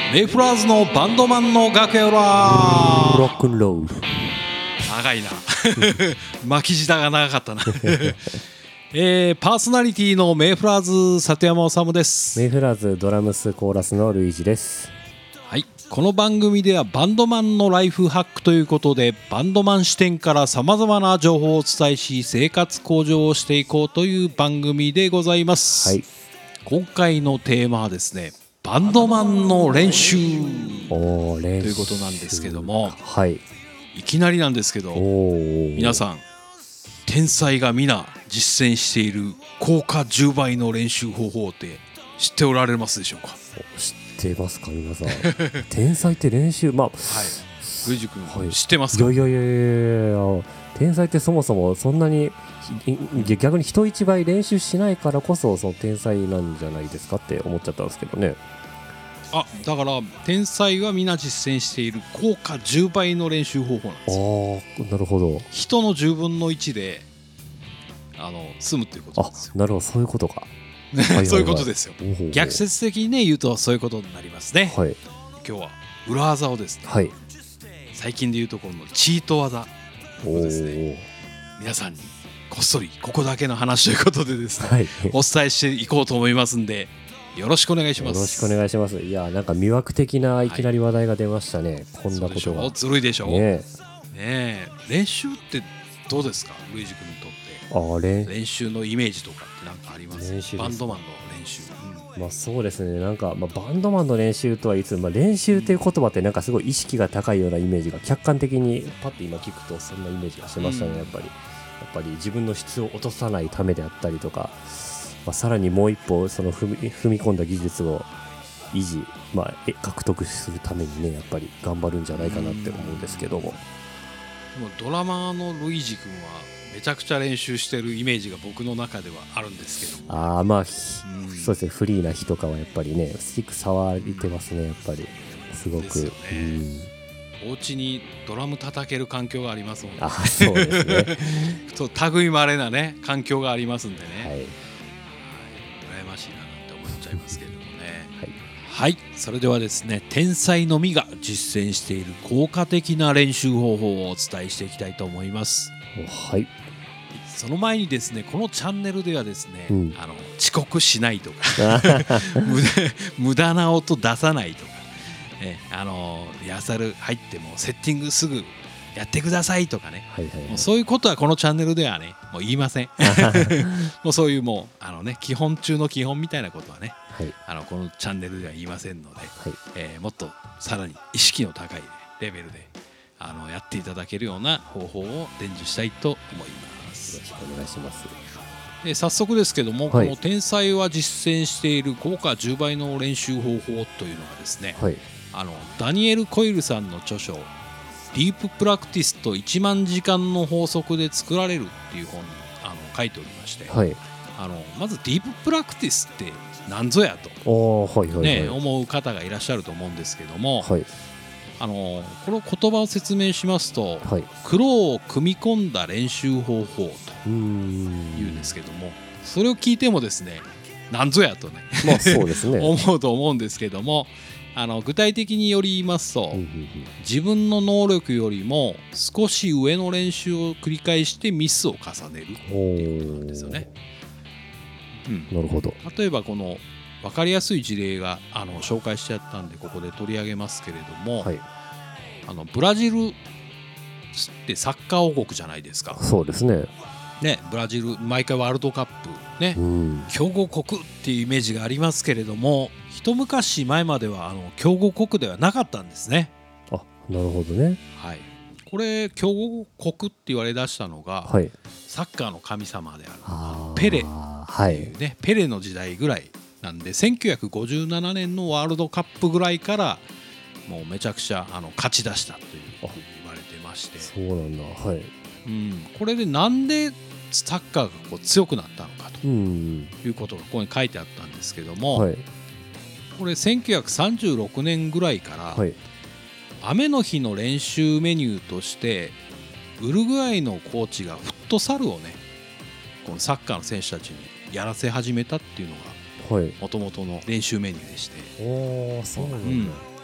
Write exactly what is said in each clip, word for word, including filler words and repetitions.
メイフラーズのバンドマンの楽屋裏ロックンロール長いな巻き舌が長かったなえー、パーソナリティのメイフラーズ里山治です。 メイフラーズドラムスコーラスのルイージです。 はい、この番組ではバンドマンのライフハックということでバンドマン視点からさまざまな情報をお伝えし生活向上をしていこうという番組でございます、はい、今回のテーマはですねバンドマンの練習お練習ということなんですけども、 はい、 いきなりなんですけど皆さん天才が皆実践している効果じゅうばいの練習方法って知っておられますでしょうか。 知ってますか皆さん天才って練習まあ、はい、 ルイジ君、はい、知ってますか。 いやいやいやいや天才ってそもそもそんなに逆に人一倍練習しないからこそその天才なんじゃないですかって思っちゃったんですけどね。 あ、だから天才は皆実践している効果じゅうばいの練習方法なんですよ。 ああ、なるほど。 人のじゅうぶんのいちであの済むっていうことなんですよ。 あ、なるほど、そういうことかはいはい、はい、そういうことですよ。逆説的に、ね、言うとそういうことになりますね、はい、今日は裏技をですね、はい、最近で言うところのチート技をですね皆さんにこっそりここだけの話ということでですね、はい、お伝えしていこうと思いますんでよろしくお願いします。 よろしくお願いします。いやなんか魅惑的ないきなり話題が出ましたね、はい、こんなことがずるいでしょうね。 ねえ練習ってどうですかルイジ君にとって。あれ練習のイメージとかって何かあります？練習バンドマンの練習、 うん、まあそうですねなんか、まあ、バンドマンの練習とはいつ、まあ、練習っていう言葉ってなんかすごい意識が高いようなイメージが客観的にパッて今聞くとそんなイメージがしてましたね、うん、やっぱりやっぱり自分の質を落とさないためであったりとか、まあ、さらにもう一歩その踏み、踏み込んだ技術を維持、まあ、獲得するためにねやっぱり頑張るんじゃないかなって思うんですけども、 でもドラマーのルイージ君はめちゃくちゃ練習してるイメージが僕の中ではあるんですけども、 ああまあ、うん、そうですねフリーな日とかはやっぱりねスティック触れてますねやっぱりすごくですよね、 うん、お家にドラム叩ける環境がありますもんね。 あそうですねそう類まれなね環境がありますんでね、はい、はい、羨ましいななんて思っちゃいますけれどもねはい、はい、それではですね天才のみが実践している効果的な練習方法をお伝えしていきたいと思います。 はい、 その前にですねこのチャンネルではですね、うん、あの遅刻しないとか無駄、無駄な音出さないとか、ね、あのリハーサル入ってもセッティングすぐやってくださいとかね、はいはいはい、もうそういうことはこのチャンネルではねもう言いませんもうそういうもうあの、ね、基本中の基本みたいなことはね、はい、あのこのチャンネルでは言いませんので、はいえー、もっとさらに意識の高いレベルであのやっていただけるような方法を伝授したいと思います。 よろしくお願いします。 で早速ですけども、はい、この天才は実践している効果じゅうばいの練習方法というのがですね、はい、あのダニエル・コイルさんの著書ディーププラクティスといちまんじかんの法則で作られるっていう本にあの書いておりまして、はい、あのまずディーププラクティスって何ぞやと、はいはいはいね、思う方がいらっしゃると思うんですけども、はいあのこの言葉を説明しますと、はい、苦労を組み込んだ練習方法というんですけどもそれを聞いてもですねなんぞやとね、まあそうですね思うと思うんですけどもあの具体的により言いますと、うんうんうん、自分の能力よりも少し上の練習を繰り返してミスを重ねるっていうことなんですよね、 うん、なるほど。 例えばこの分かりやすい事例があの紹介しちゃったんでここで取り上げますけれども、はい、あのブラジルってサッカー王国じゃないですか。 そうですね。 ねブラジル毎回ワールドカップね、うん、強豪国っていうイメージがありますけれども一昔前まではあの強豪国ではなかったんですね。 あ、なるほどね。 はい、これ強豪国って言われだしたのが、はい、サッカーの神様であるペレっていうね、はい、ペレの時代ぐらいなんでせんきゅうひゃくごじゅうななねんのワールドカップぐらいからもうめちゃくちゃあの勝ち出したというふうに言われてまして、 そうなんだ、はい、 うん、これでなんでサッカーがこう強くなったのかということがここに書いてあったんですけども、はい、これせんきゅうひゃくさんじゅうろくねんぐらいから、はい、雨の日の練習メニューとしてウルグアイのコーチがフットサルをねこのサッカーの選手たちにやらせ始めたっていうのがもともとの練習メニューでして、 おー、そうなんだ、うん、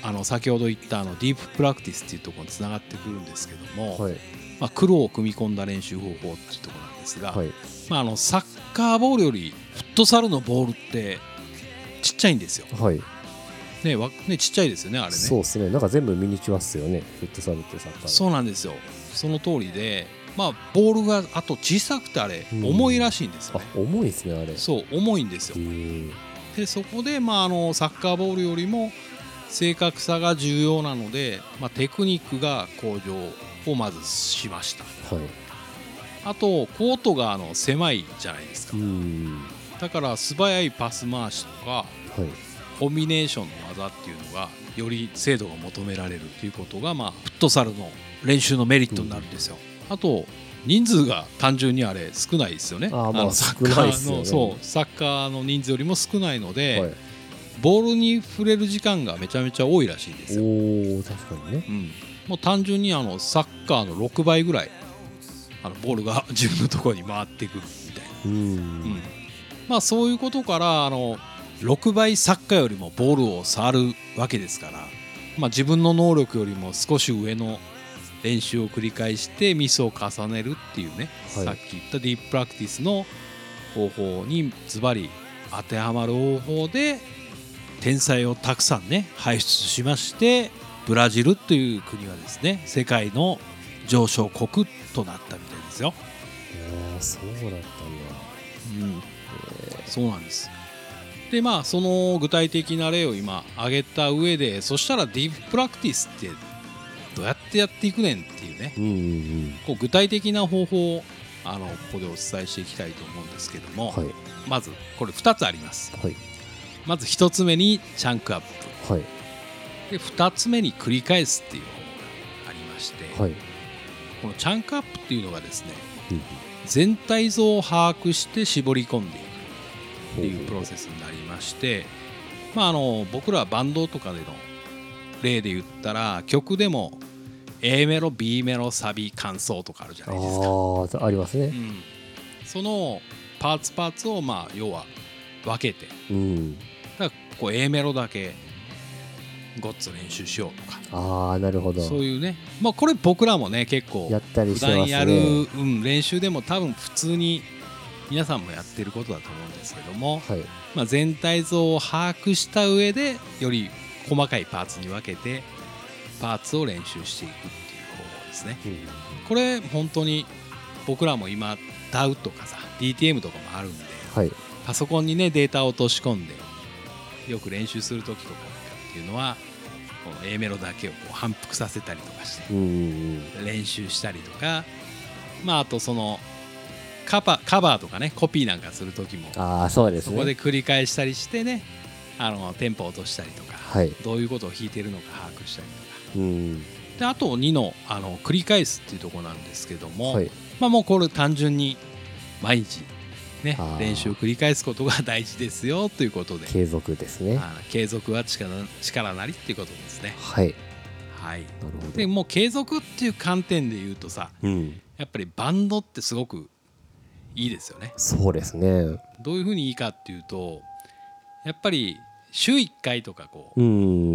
あの先ほど言ったあのディーププラクティスっていうところにつながってくるんですけども、 はい、 まあ、苦労を組み込んだ練習方法っていうところなんですが、 はい、 まあ、あのサッカーボールよりフットサルのボールってちっちゃいんですよ、 はいね、わねちっちゃいですよねあれね。 そうですね、なんか全部ミニチュアっすよね、フットサルってサッカー。 そうなんですよ、その通りで、まあ、ボールがあと小さくてあれ、うん、重いらしいんですよね。 あ、重いですねあれ。 そう重いんですよ。でそこで、まあ、あのサッカーボールよりも正確さが重要なので、まあ、テクニックが向上をまずしました、はい、あとコートがあの狭いじゃないですか。うんだから素早いパス回しとか、はい、コンビネーションの技っていうのがより精度が求められるということが、まあ、フットサルの練習のメリットになるんですよ、うん、あと人数が単純にあれ少ないですよね。 あ、まあ、 あのサッカーの、そうサッカーの人数よりも少ないので、はい、ボールに触れる時間がめちゃめちゃ多いらしいんですよ。 お確かにね、うん、 もう単純にあのサッカーのろくばいぐらいあのボールが自分のところに回ってくるみたいな。うん、うん、まあ、そういうことからあのろくばいサッカーよりもボールを触るわけですから、まあ、自分の能力よりも少し上の練習を繰り返してミスを重ねるっていうね、はい、さっき言ったディーププラクティスの方法にズバリ当てはまる方法で天才をたくさんね輩出しまして、ブラジルという国はですね世界の上昇国となったみたいですよ。 ああ、そうだったんだ。 うん、そうなんです。でまあその具体的な例を今挙げた上で、そしたらディーププラクティスってどうやってやっていくねんっていうね、うんうんうん、こう具体的な方法をあのここでお伝えしていきたいと思うんですけども、はい、まずこれふたつあります、はい、まずひとつめにチャンクアップ、はい、でふたつめに繰り返すっていう方法がありまして、はい、このチャンクアップっていうのがですね、うん、全体像を把握して絞り込んでいくっていうプロセスになりまして、まあ、あの僕らバンドとかでの例で言ったら曲でも A メロ B メロサビ間奏とかあるじゃないですか。 あありますね、 うん、そのパーツパーツをまあ要は分けて、うん、だからこう A メロだけごっつ練習しようとか、 ああなるほど、 そういうね、まあ、これ僕らもね結構やったりしてますね。 普段やる、うん、練習でも多分普通に皆さんもやってることだと思うんですけども、はい、まあ、全体像を把握した上でより細かいパーツに分けてパーツを練習していくっていう方法ですね、うん、これ本当に僕らも今 ダウ とかさ ディーティーエム とかもあるんで、はい、パソコンにねデータを落とし込んでよく練習する時とかっていうのはこの A メロだけをこう反復させたりとかして練習したりとか、まあ、あとそのカバー、カバーとかねコピーなんかする時もあそうですね、 そこで繰り返したりしてね、あのテンポを落としたりとか、はい、どういうことを弾いてるのか把握したりとか、うん、であとに の, あの繰り返すっていうところなんですけども、はい、まあ、もうこれ単純に毎日、ね、練習を繰り返すことが大事ですよということで、 継続ですね。 あ継続は 力, 力なりっていうことですね。 はい、 はい、なるほど。でもう継続っていう観点で言うとさ、うん、やっぱりバンドってすごくいいですよね。 そうですね。 どういうふうにいいかっていうと、やっぱり週いっかいとかこう、うん、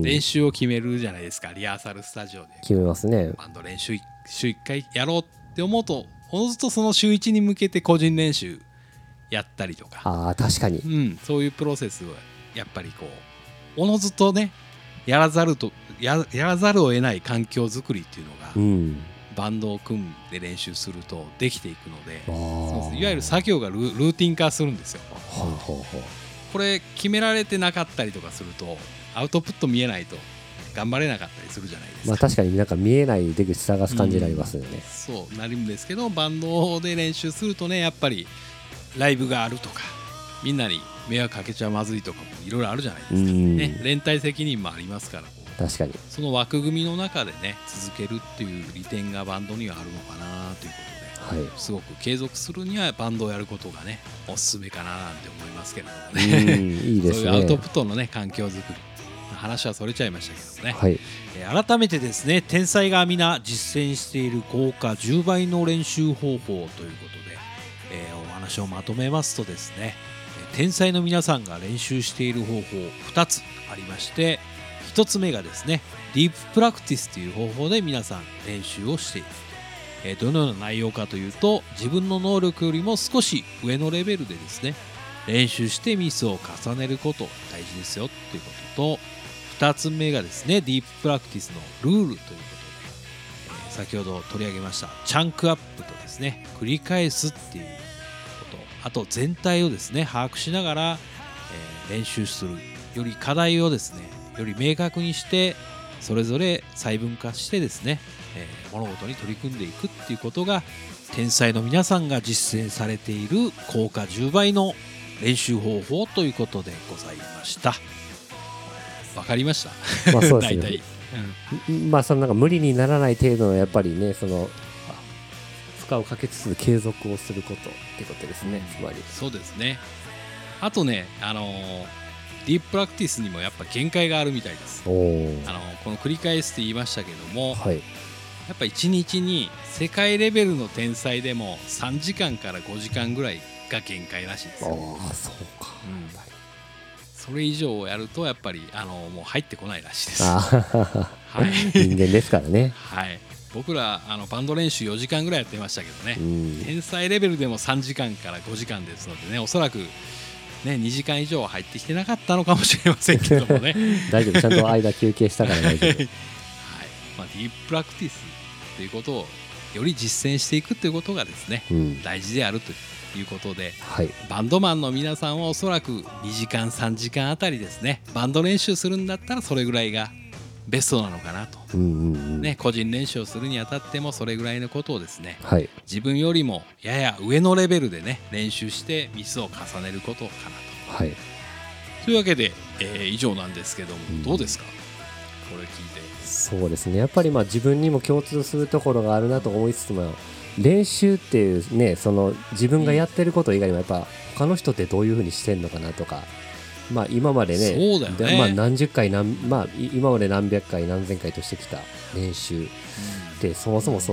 練習を決めるじゃないですか。リハーサルスタジオで決めますね。 バンド練習週いっかいやろうって思うと、おのずとその週いちに向けて個人練習やったりとか、 あ確かに、 うん、そういうプロセスをやっぱりこうおのずとねやらざると や, やらざるを得ない環境づくりっていうのが、うん、バンドを組んで練習するとできていくので、そういわゆる作業が ル, ルーティン化するんですよ。はあはあ、これ決められてなかったりとかするとアウトプット見えないと頑張れなかったりするじゃないですか。 まあ、確かになんか見えない出口探す感じになりますよね、うん、 そうなるんですけど、バンドで練習するとねやっぱりライブがあるとかみんなに迷惑かけちゃまずいとかもいろいろあるじゃないですか、ね、連帯責任もありますから、 確かにその枠組みの中でね続けるっていう利点がバンドにはあるのかなということで、はい、すごく継続するにはバンドをやることがねおすすめかななんて思いますけれどもね。 うんいいですね。 そういうアウトプットのね環境づくり、話はそれちゃいましたけどね、はい、えー、改めてですね、天才が皆実践している効果じゅうばいの練習方法ということで、えー、お話をまとめますとですね、天才の皆さんが練習している方法ふたつありまして、 ひとつめがですねディーププラクティスという方法で皆さん練習をしている、えー、どのような内容かというと、自分の能力よりも少し上のレベルでですね練習してミスを重ねること大事ですよということと、ふたつめがですねディーププラクティスのルールということで、えー、先ほど取り上げましたチャンクアップとですね繰り返すっていうこと、あと全体をですね把握しながら、えー、練習する、より課題をですねより明確にしてそれぞれ細分化してですね、えー、物事に取り組んでいくっていうことが天才の皆さんが実践されている効果じゅうばいの練習方法ということでございました。わかりました。 まあそうですね。 大体、 うん、まあそのなんか無理にならない程度のやっぱりね、その負荷をかけつつ継続をすることってことですね。つまりそうですね。あとね、あのー、ディーププラクティスにもやっぱ限界があるみたいです。 おー、 あのー、この繰り返すって言いましたけども、 はい、 やっぱいちにちに世界レベルの天才でもさんじかんからごじかんぐらいが限界らしいですよ。 ああ、そうか、 うん、それ以上やるとやっぱりあのもう入ってこないらしいです。 あはい、人間ですからね。 はい、僕らあのバンド練習よじかんぐらいやってましたけどね、 うん、 天才レベルでもさんじかんからごじかんですのでね、おそらく、ね、にじかん以上は入ってきてなかったのかもしれませんけどもね大丈夫、ちゃんと間休憩したから大丈夫、はい、 まあ、ディーププラクティスということをより実践していくということがですね、うん、大事であるということで、はい、バンドマンの皆さんはおそらくにじかんさんじかんあたりですね、バンド練習するんだったらそれぐらいがベストなのかなと、うんうんうんね、個人練習をするにあたってもそれぐらいのことをですね、はい、自分よりもやや上のレベルでね練習してミスを重ねることかなと、はい、というわけで、えー、以上なんですけども、うん、どうですかこれ聞いて。 そうですね、やっぱりまあ自分にも共通するところがあるなと思いつつも、練習っていうね、その自分がやってること以外にもやっぱ他の人ってどういう風にしてんのかなとか、まあ今までね、 そうだよね、 まあ何十回何、まあ今まで何百回何千回としてきた練習ってそもそもそう、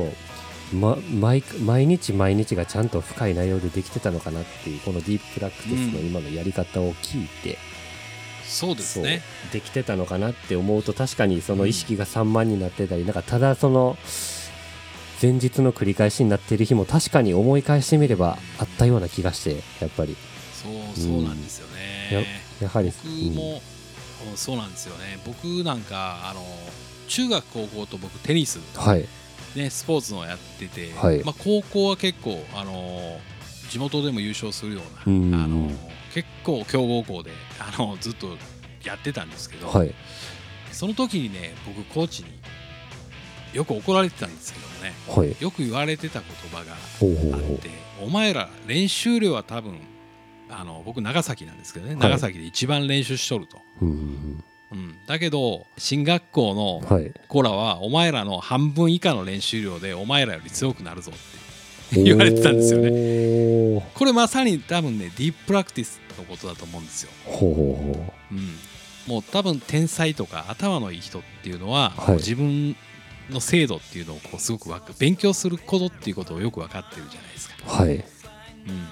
ま、毎, 毎日毎日がちゃんと深い内容でできてたのかなっていう、このディーププラクティスの今のやり方を聞いて、うん、 そうですね、 できてたのかなって思うと、確かにその意識が散漫になってたり、なんかただその前日の繰り返しになっている日も確かに思い返してみればあったような気がして、やっぱりそうそうなんですよね、 うん、や, やはり僕も、うん、そうなんですよね。僕なんかあの中学高校と僕テニス、はいね、スポーツのやってて、はい、まあ、高校は結構あの地元でも優勝するような、うん、あの結構強豪校であのずっとやってたんですけど、はい、その時にね僕コーチによく怒られてたんですけどもね、はい、よく言われてた言葉があって、お前ら練習量は多分あの僕長崎なんですけどね、はい、長崎で一番練習しとると、うんうんうん、だけど進学校の子らはお前らの半分以下の練習量でお前らより強くなるぞって言われてたんですよね。これまさに多分ねディーププラクティスのことだと思うんですよ。ほうほうほう、うん、もう多分天才とか頭のいい人っていうのは、はい、自分の精度っていうのをこうすごくわか勉強することっていうことをよく分かってるじゃないですか、はい、うん、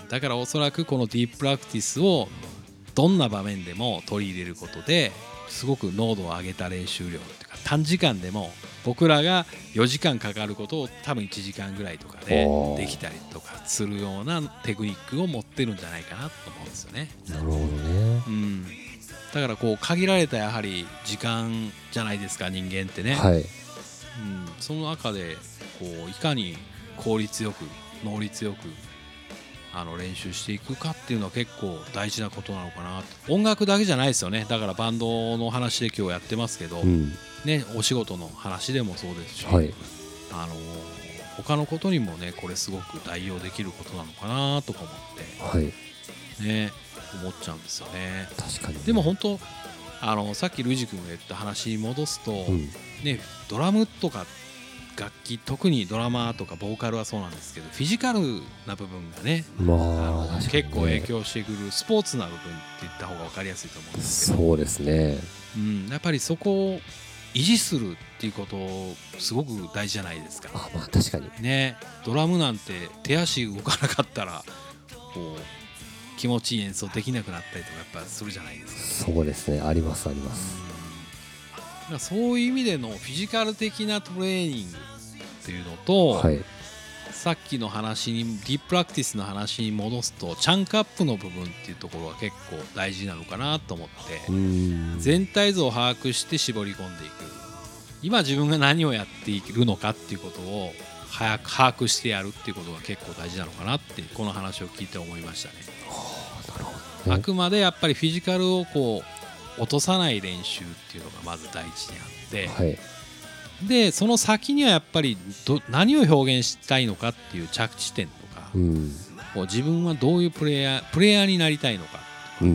だからおそらくこのディーププラクティスをどんな場面でも取り入れることですごく濃度を上げた練習量っていうか、短時間でも僕らがよじかんかかることを多分いちじかんぐらいとかでできたりとかするようなテクニックを持ってるんじゃないかなと思うんですよね。 なるほどね、 うん、だからこう限られたやはり時間じゃないですか人間ってね、 はい、うん、 その中でこういかに効率よく能率よくあの練習していくかっていうのは結構大事なことなのかなと。音楽だけじゃないですよね。だからバンドの話で今日やってますけど、うん、ね、お仕事の話でもそうですし、はい、あの他のことにもねこれすごく代用できることなのかなとか思って、はい、ね、思っちゃうんですよね。 確かに、ね、 でも本当あのさっきルイジ君が言った話に戻すと、うん、ね、ドラムとか楽器、特にドラマーとかボーカルはそうなんですけど、フィジカルな部分がね、まあ、あの結構影響してくるスポーツな部分って言った方が分かりやすいと思うんですけど、 そうですね、 うん、やっぱりそこを維持するっていうことすごく大事じゃないですか。 あ、まあ確かにね、ドラムなんて手足動かなかったらこう気持ちいい演奏できなくなったりとかやっぱするじゃないですか。 そうですね、ありますあります。 そういう意味でのフィジカル的なトレーニングっていうのと、はい、さっきの話にディーププラクティスの話に戻すとチャンクアップの部分っていうところは結構大事なのかなと思って、全体像を把握して絞り込んでいく、今自分が何をやっているのかっていうことを早く把握してやるっていうことが結構大事なのかなってこの話を聞いて思いましたね。 なるほどね。 あくまでやっぱりフィジカルをこう落とさない練習っていうのがまず第一にあって、はい、でその先にはやっぱりど何を表現したいのかっていう着地点とか、うん、こう自分はどういうプレイヤープレイヤーになりたいのか、うん、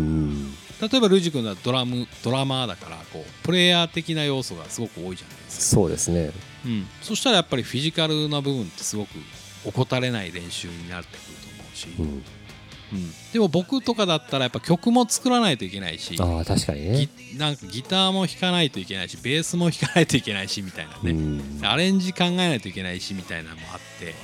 例えばルイジ君はドラムドラマーだからこうプレイヤー的な要素がすごく多いじゃないですか。 そうですね、 うん、そしたらやっぱりフィジカルな部分ってすごく怠れない練習になってくると思うし、うんうん、でも僕とかだったらやっぱ曲も作らないといけないし、 あ確かにね、 ギなんかギターも弾かないといけないしベースも弾かないといけないしみたいなね、うん、アレンジ考えないといけないしみたいなのもあって、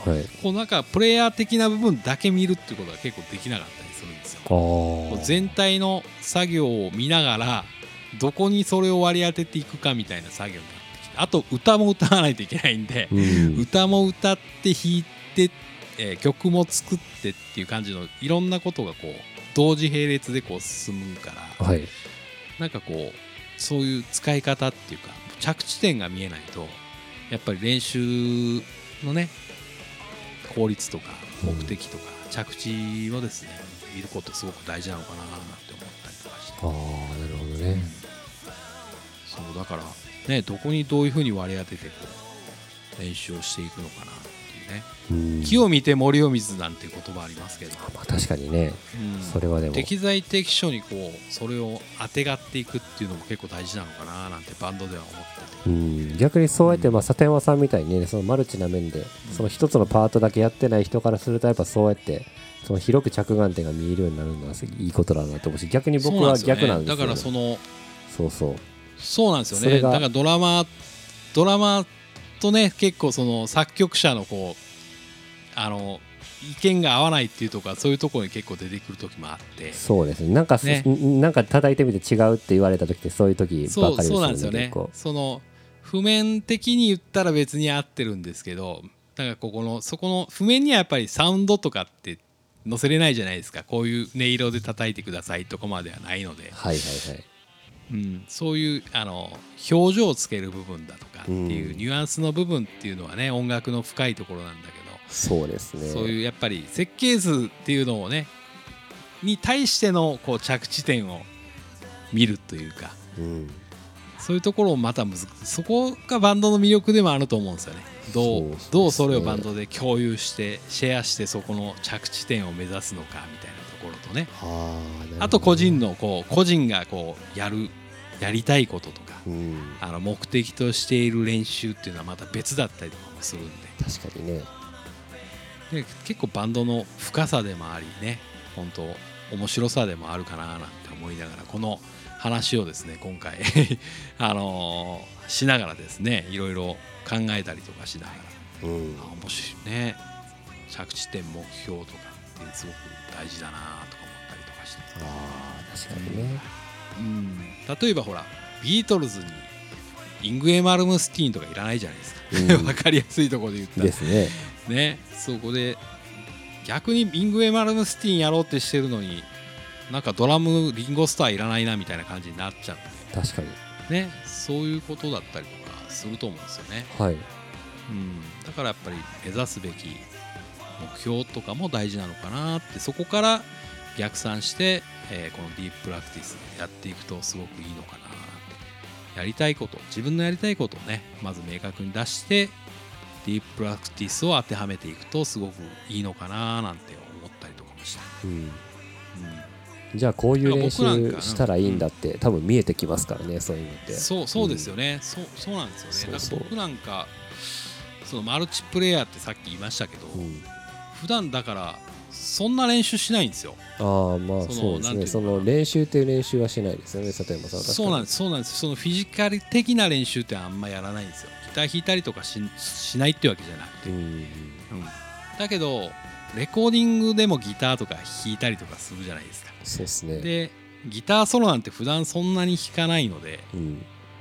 はい、こうなんかプレイヤー的な部分だけ見るっていうことが結構できなかったりするんですよ。こう全体の作業を見ながらどこにそれを割り当てていくかみたいな作業になってきて、あと歌も歌わないといけないんで、うん、歌も歌って弾いてえー、曲も作ってっていう感じのいろんなことがこう同時並列でこう進むから、はい、なんかこうそういう使い方っていうか着地点が見えないとやっぱり練習のね効率とか目的とか着地をですね見ることすごく大事なのかななんて思ったりとかして、 ああなるほどね、うん、 そうだからねどこにどういうふうに割り当ててこう練習をしていくのかなね、木を見て森を見ずなんていう言葉ありますけど、 まあ、確かにね、うん、それはでも適材適所にこうそれを当てがっていくっていうのも結構大事なのかななんてバンドでは思ってて、 うん、逆にそうやって、まあ、里山さんみたいにねそのマルチな面で、うん、その一つのパートだけやってない人からするとやっぱそうやってその広く着眼点が見えるようになるのはいいことだなと思うし、逆に僕は逆なんですよね。 だからそのそうそうそうなんですよね。だからドラマドラマとね結構その作曲者のこうあの意見が合わないっていうとかそういうところに結構出てくる時もあって、 そうですね。なんかねなんか叩いてみて違うって言われた時ってそういう時ばっかりですよね。 そうなんですよね。その譜面的に言ったら別に合ってるんですけど、だからここのそこの譜面にはやっぱりサウンドとかって載せれないじゃないですか。こういう音色で叩いてくださいとかまではないので、 はいはいはい。 うん、そういうあの表情をつける部分だとかっていうニュアンスの部分っていうのはね音楽の深いところなんだけど、 そうですね。 そういうやっぱり設計図っていうのをねに対してのこう着地点を見るというか、うん、そういうところをまたむずそこがバンドの魅力でもあると思うんですよね。どう、そうですね、どうそれをバンドで共有してシェアしてそこの着地点を目指すのかみたいなところとね、はあ、あと個人のこう個人がこうやるやりたいこととか、うん、あの目的としている練習っていうのはまた別だったりとかもするんで、 確かにね。 で結構バンドの深さでもありね本当面白さでもあるかななんて思いながらこの話をですね今回あのー、しながらですねいろいろ考えたりとかしながら、うん、あ面白いね着地点目標とかってすごく大事だなとか思ったりとかして、 あ確かにね、 うん、例えばほらビートルズにイングエマルムスティーンとかいらないじゃないですか、うん、分かりやすいところで言ったらですねね、そこで逆にイングエマルムスティーンやろうってしてるのになんかドラムリンゴスターいらないなみたいな感じになっちゃって、 確かにねそういうことだったりとかすると思うんですよね、 はい、うん、 だからやっぱり目指すべき目標とかも大事なのかなってそこから逆算して、えー、このディーププラクティスやっていくとすごくいいのかなってやりたいこと自分のやりたいことをねまず明確に出してディーププラクティスを当てはめていくとすごくいいのかななんて思ったりとかもした、うんうん、 じゃあこういう練習したらいいんだって、うん、多分見えてきますからねそういうのってそうそうですよね、うん、そうそうなんですよね。そうそうだから僕なんかそのマルチプレイヤーってさっき言いましたけど、うん、普段だからそんな練習しないんですよ。 ああまあそうですね。その練習っていう練習はしないですよね里山さん。 そうなんですそうなんです。そのフィジカル的な練習ってあんまやらないんですよ。ギター弾いたりとか し, しないってわけじゃなくて、うん、うん、だけどレコーディングでもギターとか弾いたりとかするじゃないですか。 そうですね。 でギターソロなんて普段そんなに弾かないので、うん、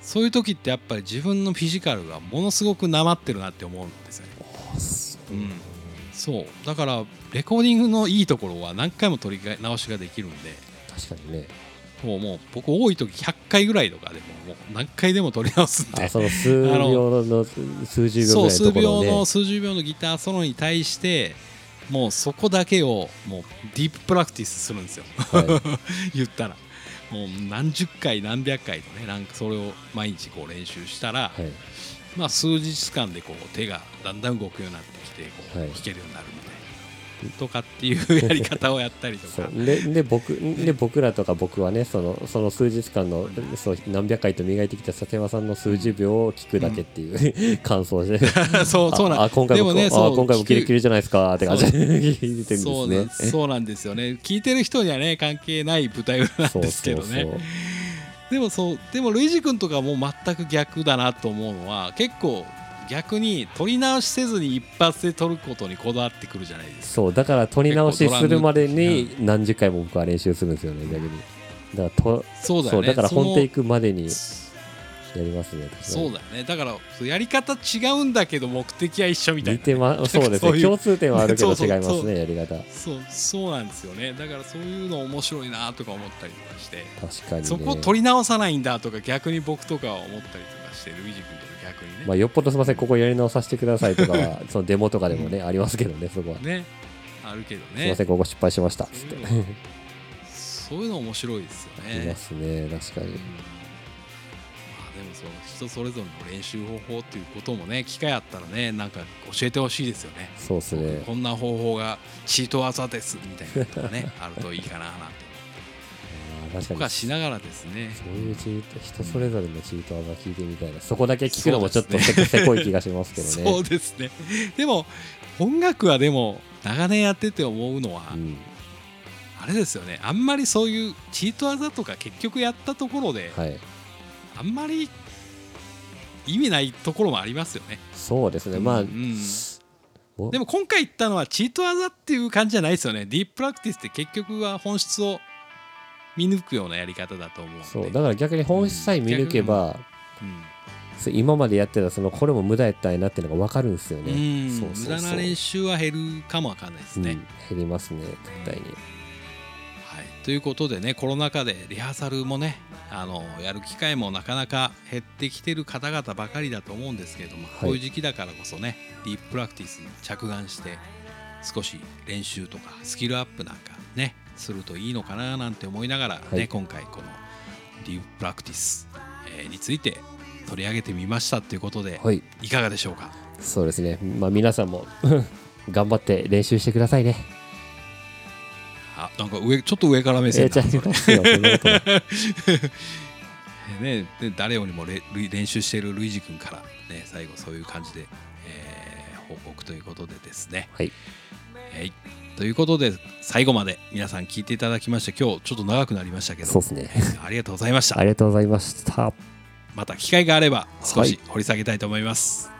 そういう時ってやっぱり自分のフィジカルがものすごくなまってるなって思うんですよね。うん、そうだからレコーディングのいいところは何回も取り直しができるんで。 確かにね。 もうもう僕多い時ひゃっかいぐらいとかでももう何回でも取り直すんで、 あその数秒の数十秒ぐらいのところ、ね、そう数秒の数十秒のギターソロに対してもうそこだけをもうディーププラクティスするんですよ、はい、言ったらもう何十回何百回とねなんかそれを毎日こう練習したら、はい、まあ数日間でこう手がだんだん動くようになってきてこう弾けるようになるみたいな。とかっていうやり方をやったりとかで, で, 僕で僕らとか僕はねそのその数日間のそう何百回と磨いてきた佐山さんの数十秒を聞くだけっていう、うん、感想でそうそうなんあ今回もでも、ね、あ今回もキレキレじゃないですかって感じで聞いてるんですね。 そうなんそうなんですよね。聞いてる人にはね関係ない舞台裏なんですけどね。そうそうそうでもそうでもルイジ君とかも全く逆だなと思うのは結構逆に撮り直しせずに一発で撮ることにこだわってくるじゃないですか。 そうだから撮り直しするまでに何十回も僕は練習するんですよね逆に。だからとそうだよね。 そうだから本テイクまでにやりますね。 そうだよね。だからやり方違うんだけど目的は一緒みたいな。 似てまそうですね。共通点はあるけど違いますねやり方。 そうそうなんですよね。だからそういうの面白いなとか思ったりとかして。 確かに、ね、 そこを撮り直さないんだとか逆に僕とかは思ったりとかしてルイジ君とか逆にね。 まあよっぽどすみませんここやり直させてくださいとかはそのデモとかでもね、うん、ありますけどねそこは。 ねあるけどね。 すみませんここ失敗しましたっつって。 そういうの面白いですよね。 ありますね確かに。うんでもその人それぞれの練習方法っていうこともね機会あったらねなんか教えてほしいですよね。 そうですね。 こんな方法がチート技ですみたいなのがねあるといいかななんて僕はしながらですね。 そういうチート人それぞれのチート技聞いてみたいな、うん、そこだけ聞くのもちょっとせこい気がしますけどね。 そうですね。でも音楽はでも長年やってて思うのは、うん、あれですよねあんまりそういうチート技とか結局やったところで、はいあんまり意味ないところもありますよね。 そうですね、まあ、うんうん、でも今回言ったのはチート技っていう感じじゃないですよね。ディーププラクティスって結局は本質を見抜くようなやり方だと思うので。 そうだから逆に本質さえ見抜けば、うんうん、今までやってたそのこれも無駄やったんやなっていうのが分かるんですよね。 うんそうそうそう無駄な練習は減るかも分かんないですね、うん、 減りますね絶対に、うんはい、ということでねコロナ禍でリハーサルもねあのやる機会もなかなか減ってきてる方々ばかりだと思うんですけれども、はい、こういう時期だからこそねディーププラクティスに着眼して少し練習とかスキルアップなんかねするといいのかななんて思いながらね、はい、今回このディーププラクティス、えー、について取り上げてみましたということで、はい、いかがでしょうか。 そうですね、まあ、皆さんも頑張って練習してくださいね。 あなんか上ちょっと上から目線だ、えーね、で誰よりも練習しているルイジ君から、ね、最後そういう感じで、えー、報告ということでですね、はいえー、ということで最後まで皆さん聞いていただきまして今日ちょっと長くなりましたけどそうですねありがとうございました。 ありがとうございました。 また機会があれば少し掘り下げたいと思います、はい